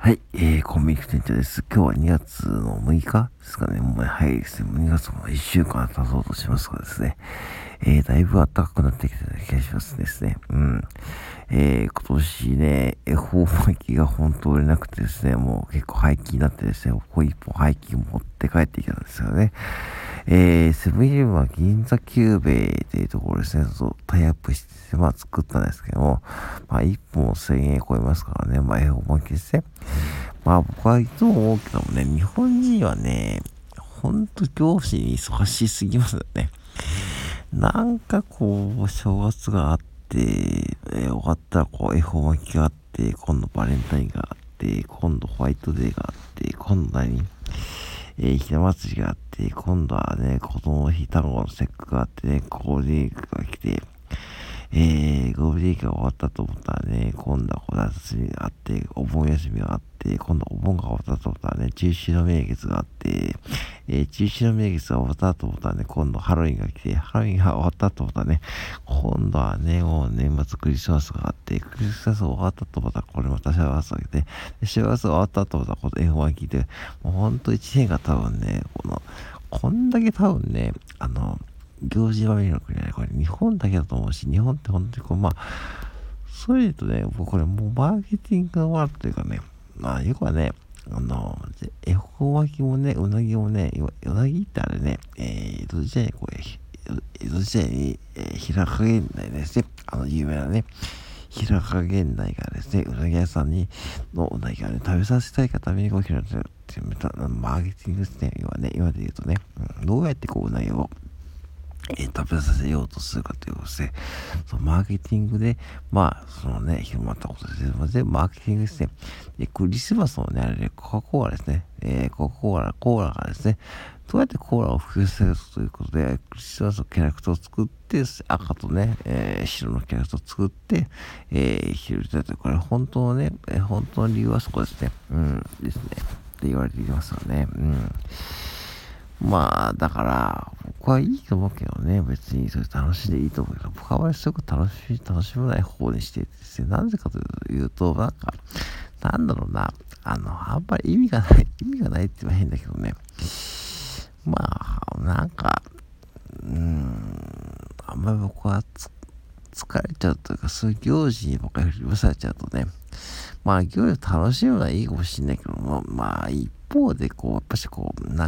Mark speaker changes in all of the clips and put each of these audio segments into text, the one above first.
Speaker 1: はい、コンビニ店長です。今日は2月の6日ですかね。もう早いですね。もう2月も1週間経とうとしますがですね。だいぶ暖かくなってきたような気がしますですね。今年ね、恵方巻きが本当売れなくてですね、もう結構廃棄になってですね、ここ一本廃棄を持って帰ってきたんですよね。セブンイレブンは銀座キューベイというところですね、そうタイアップして、作ったんですけども、1本1000円超えますからね、恵方巻きですね。僕はいつも思うけどもね、日本人はね、ほんと教師に忙しすぎますよね。なんかこう、正月があって、終わったら恵方巻きがあって、今度バレンタインがあって、今度ホワイトデーがあって、今度ひな祭りがあって、今度はね、子供の日単語の節句があってね、ゴールデンウィークが来て、ゴールデンウィークが終わったと思ったらね、今度は夏休みがあって、お盆休みがあって、今度お盆が終わったと思ったらね、中秋の名月があって、中秋の名月が終わったと思ったらね、今度ハロウィンが来て、ハロウィンが終わったと思ったらね、今度はね、もう年末クリスマスがあって、クリスマス終わったと思ったらこれまた正月が来て、正月終わったと思ったらこの F1 聞いて、もうほんと1年が多分ね、こんだけ多分ね、行事は見るの国はね、これ日本だけだと思うし、日本って本当にそれとね、僕これもうマーケティングのワールというかね、よくはね、恵方巻きもね、うなぎもね、うなぎってあれね、江戸時代に江戸時代に、平賀源内ですね、有名なね、平賀源内がですね、うなぎ屋さんのうなぎをね、食べさせたいがために開いてるっていうマーケティングですね、今で言うとね、どうやってうなぎを食べさせようとするかということですね。そのマーケティングで、広まったことですね。全部マーケティングですね。で、クリスマスのね、あれね、コカ・コーラですね。コーラがですね、どうやってコーラを普及させるかということで、クリスマスのキャラクターを作って、赤とね、白のキャラクターを作って、広げたという、これ本当のね、本当の理由はそこですね。ですね。って言われていますよね。だから、僕はいいと思うけどね、別にそれ楽しんでいいと思うけど、僕はあまりすごく楽しまない方にしていてですね、なぜかというと、なんだろうな、あんまり意味がないって言えば変だけどね、なんか、あんまり僕は疲れちゃうというか、そういう行事に僕は振り回されちゃうとね、行事を楽しむのはいいかもしれないけども、一方で、やっぱし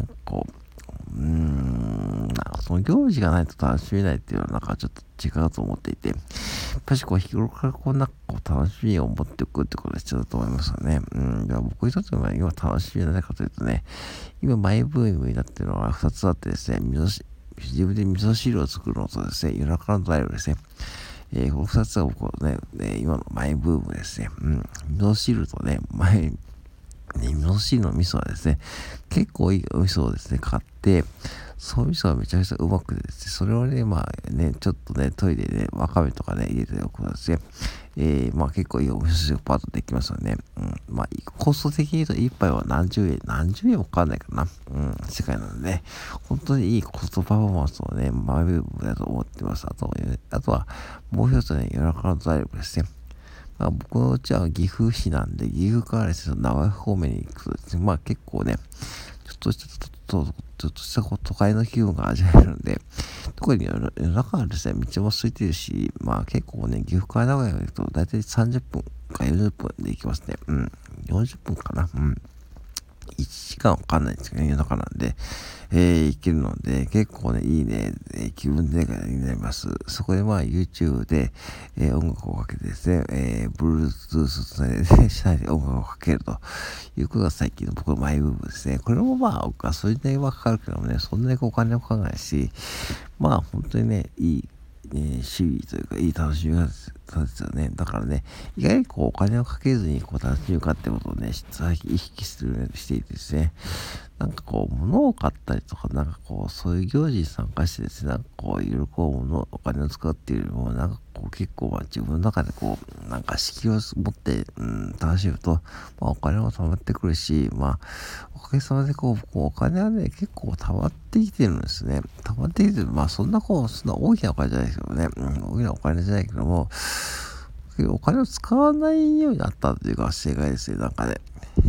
Speaker 1: その行事がないと楽しめないっていうのはちょっと違うと思っていて、やっぱし日頃から楽しみを持っておくってことが必要だと思いますよね。だから僕にとっては今楽しみは何かというとね、今マイブームになっているのは2つあってですね、自分で味噌汁を作るのとですね、夜中のドライブですね。この2つは僕はね、今のマイブームですね。味噌汁とね、味噌汁の味噌はですね、結構いいお味噌をですね、買って、その味噌がめちゃくちゃうまくてですね、それをね、ちょっとね、研いでね、わかめとかね、入れておくとですね、結構いいお味噌汁がパッとできますよね。コスト的に言うと一杯は何十円もかかんないかな。世界なので、ね、本当にいいコストパフォーマンスをね、マイブームだと思ってます。あとは、もう一つね、夜中のドライブですね。僕のうちは岐阜市なんで、岐阜からですね、名古屋方面に行くとですね、結構ね、ちょっとした都会の気分が味わえるんで、特に夜中はですね、道も空いてるし、結構ね、岐阜から名古屋に行くと、だいたい30分か40分で行きますね。40分かな。1時間わかんないんですけど、夜中なんで、行けるので、結構ね、いいね、気分転換になります。そこでYouTube で、音楽をかけてですね、Bluetooth つないで、ね、車内で音楽をかけるということが最近の僕のマイブームですね。これもガソリン代はかかるけどもね、そんなにお金もかからないし、本当にね、いい、趣味というか、いい楽しみ方ですよね。だからね、意外にお金をかけずに楽しむかってことをね、最近意識するようにしていてですね、物を買ったりとか、そういう行事に参加してですね、いろいろお金を使うっていうよりも、結構自分の中で敷居を持って、楽しむと、お金も貯まってくるし、おかげさまでお金はね、結構貯まってきてるんですね。貯まってきてる。そんな大きなお金じゃないですけどね。大きなお金じゃないけども、お金を使わないようになったっていうか、正解ですね、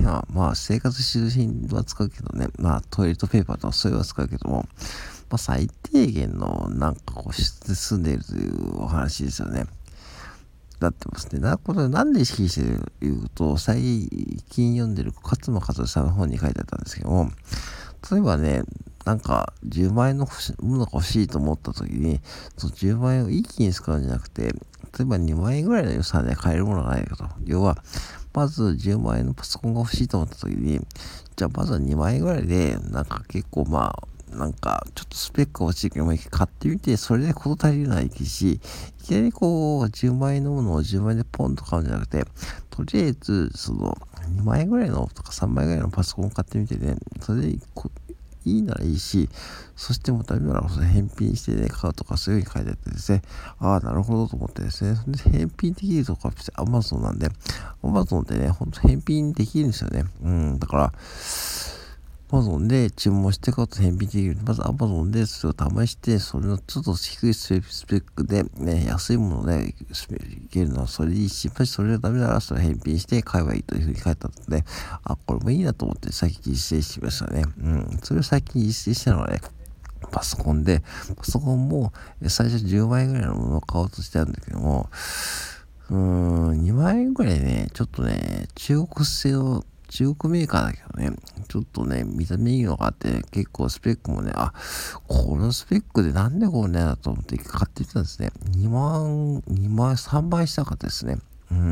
Speaker 1: まあ生活必需品は使うけどね、まあトイレットペーパーとかそういうのは使うけども、まあ最低限のなんかこう質で住んでいるというお話ですよね。なってますね。これなんで意識してるというと、最近読んでる勝間和代さんの本に書いてあったんですけども、例えばね、なんか10万円のものが欲しいと思った時に、その10万円を一気に使うんじゃなくて、例えば2万円ぐらいの予算で買えるものがないかと。要は、まず10万円のパソコンが欲しいと思った時に、じゃあまずは2万円ぐらいで、なんか結構なんか、ちょっとスペックが欲しいけど、買ってみて、それで事足りるのはいいし、いきなりこう、10万円のものを10万円でポンと買うんじゃなくて、とりあえず、2万円ぐらいのとか3万円ぐらいのパソコンを買ってみてね、それでいいならいいし、そしてもうダメなら返品してね、買うとかそういう風に書いてあってですね、ああ、なるほどと思ってですね、それで返品できるとこはAmazon なんで、Amazon ってね、ほんと返品できるんですよね。だから、Amazon で注文して買うと返品できる。まず Amazon でそれを試して、それのちょっと低いスペックで、ね、安いものでいけるのはそれでいいし、やっぱりそれがダメならそれ返品して買えばいいというふうに書いてあったので、あ、これもいいなと思って最近実践しましたね。それを最近実践したのはね、パソコンで、パソコンも最初10万円ぐらいのものを買おうとしてたんだけども、2万円ぐらいね、ちょっとね、中国メーカーだけどね、ちょっとね、見た目いいのがあって、ね、結構スペックもね、このスペックでなんでこれだと思って買ってみたんですね。3倍したかったですね。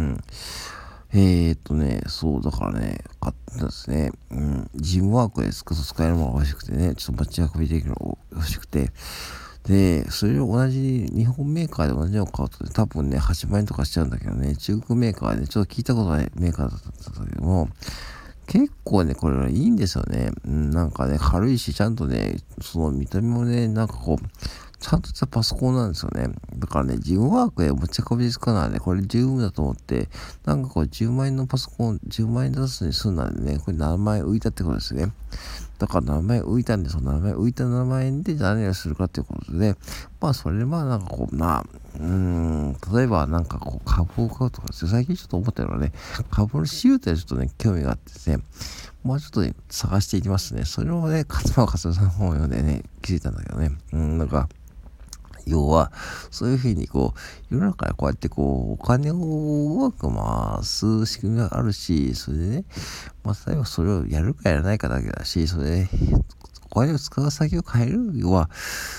Speaker 1: そう、だからね、買ったんですね。ジムワークで使えるものが欲しくてね、ちょっと持ち運びできるのが欲しくて、で、それを同じ、日本メーカーで同じのを買うとね、多分ね、8万円とかしちゃうんだけどね、中国メーカーで、ちょっと聞いたことないメーカーだったんだけども、結構ね、これはいいんですよね。なんかね、軽いし、ちゃんとね、その見た目もね、なんかこう、ちゃんとしたパソコンなんですよね。だからね、ジムワークで持ち運びで使うのはね、これ十分だと思って、なんかこう、10万円のパソコン、10万円出すに済んだんでね、これ7万円浮いたってことですね。だから7万円浮いたんで、その7万円浮いた7万円で何をするかっていうことで、それでなんかこう、例えばなんかこう、株を買うとかですね、最近ちょっと思ったのはね、株の私有体ちょっとね、興味があってですね、もうちょっとね、探していきますね。それをね、勝間和代さんの本を読んでね、気づいたんだけどね。なんか、要は、そういうふうにこう、世の中でこうやってこう、お金をうまく回す仕組みがあるし、それでね、例えばそれをやるかやらないかだけだし、それで、お金を使う先を変える、要は、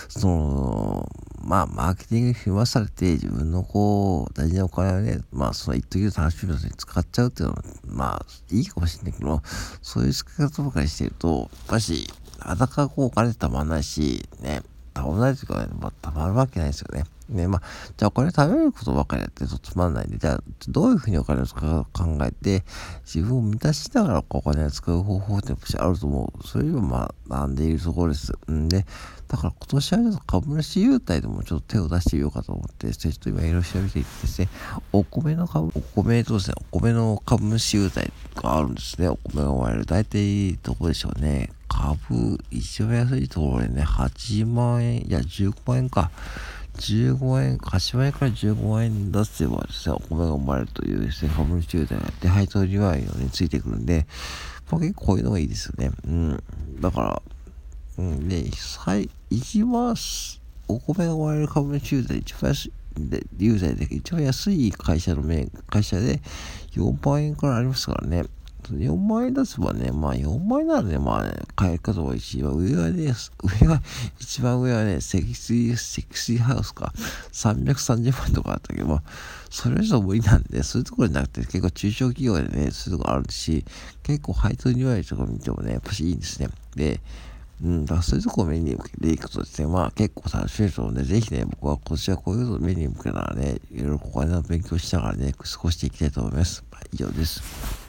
Speaker 1: マーケティングに振り回されて、自分のこう、大事なお金をね、その一時の楽しみのために使っちゃうっていうのは、いいかもしれないけど、そういう使い方ばかりしてると、やっぱし、あたかこうお金たまんないし、ね、たまらないというかね、たまるわけないですよね。ね、じゃあお金食べることばっかりやってるとつまんないんで、じゃあどういうふうにお金を使うか考えて、自分を満たしながらお金を使う方法ってやっぱしあると思う。それを学んでいるところです。で、だから今年はちょっと株主優待でもちょっと手を出してみようかと思って、ちょっと今いろいろ調べていってですね、お米の株主優待があるんですね。お米が割れる。大体どこでしょうね。一番安いところでね、8万円、いや、15万円か。15万円、8万円から15万円出せばですね、お米が生まれるというですね、株主優待があって、配当利回りのね、ついてくるんで、結構こういうのがいいですよね。だから、で、一番、お米が生まれる株主優待、一番安い会社で4万円からありますからね。4万円出せばね、4万円ならね、買える方がいいし、一番上はね、積水ハウスか、330万とかあったけど、それ以上無理なんで、そういうところじゃなくて、結構中小企業でね、そういうところあるし、結構配当2割とか見てもね、やっぱしいいんですね。で、だからそういうとこを目に向けていくとですね、結構楽しいと思うんで、ぜひね、僕はこちらこういうのを目に向けながらね、いろいろお金の勉強しながらね、過ごしていきたいと思います。以上です。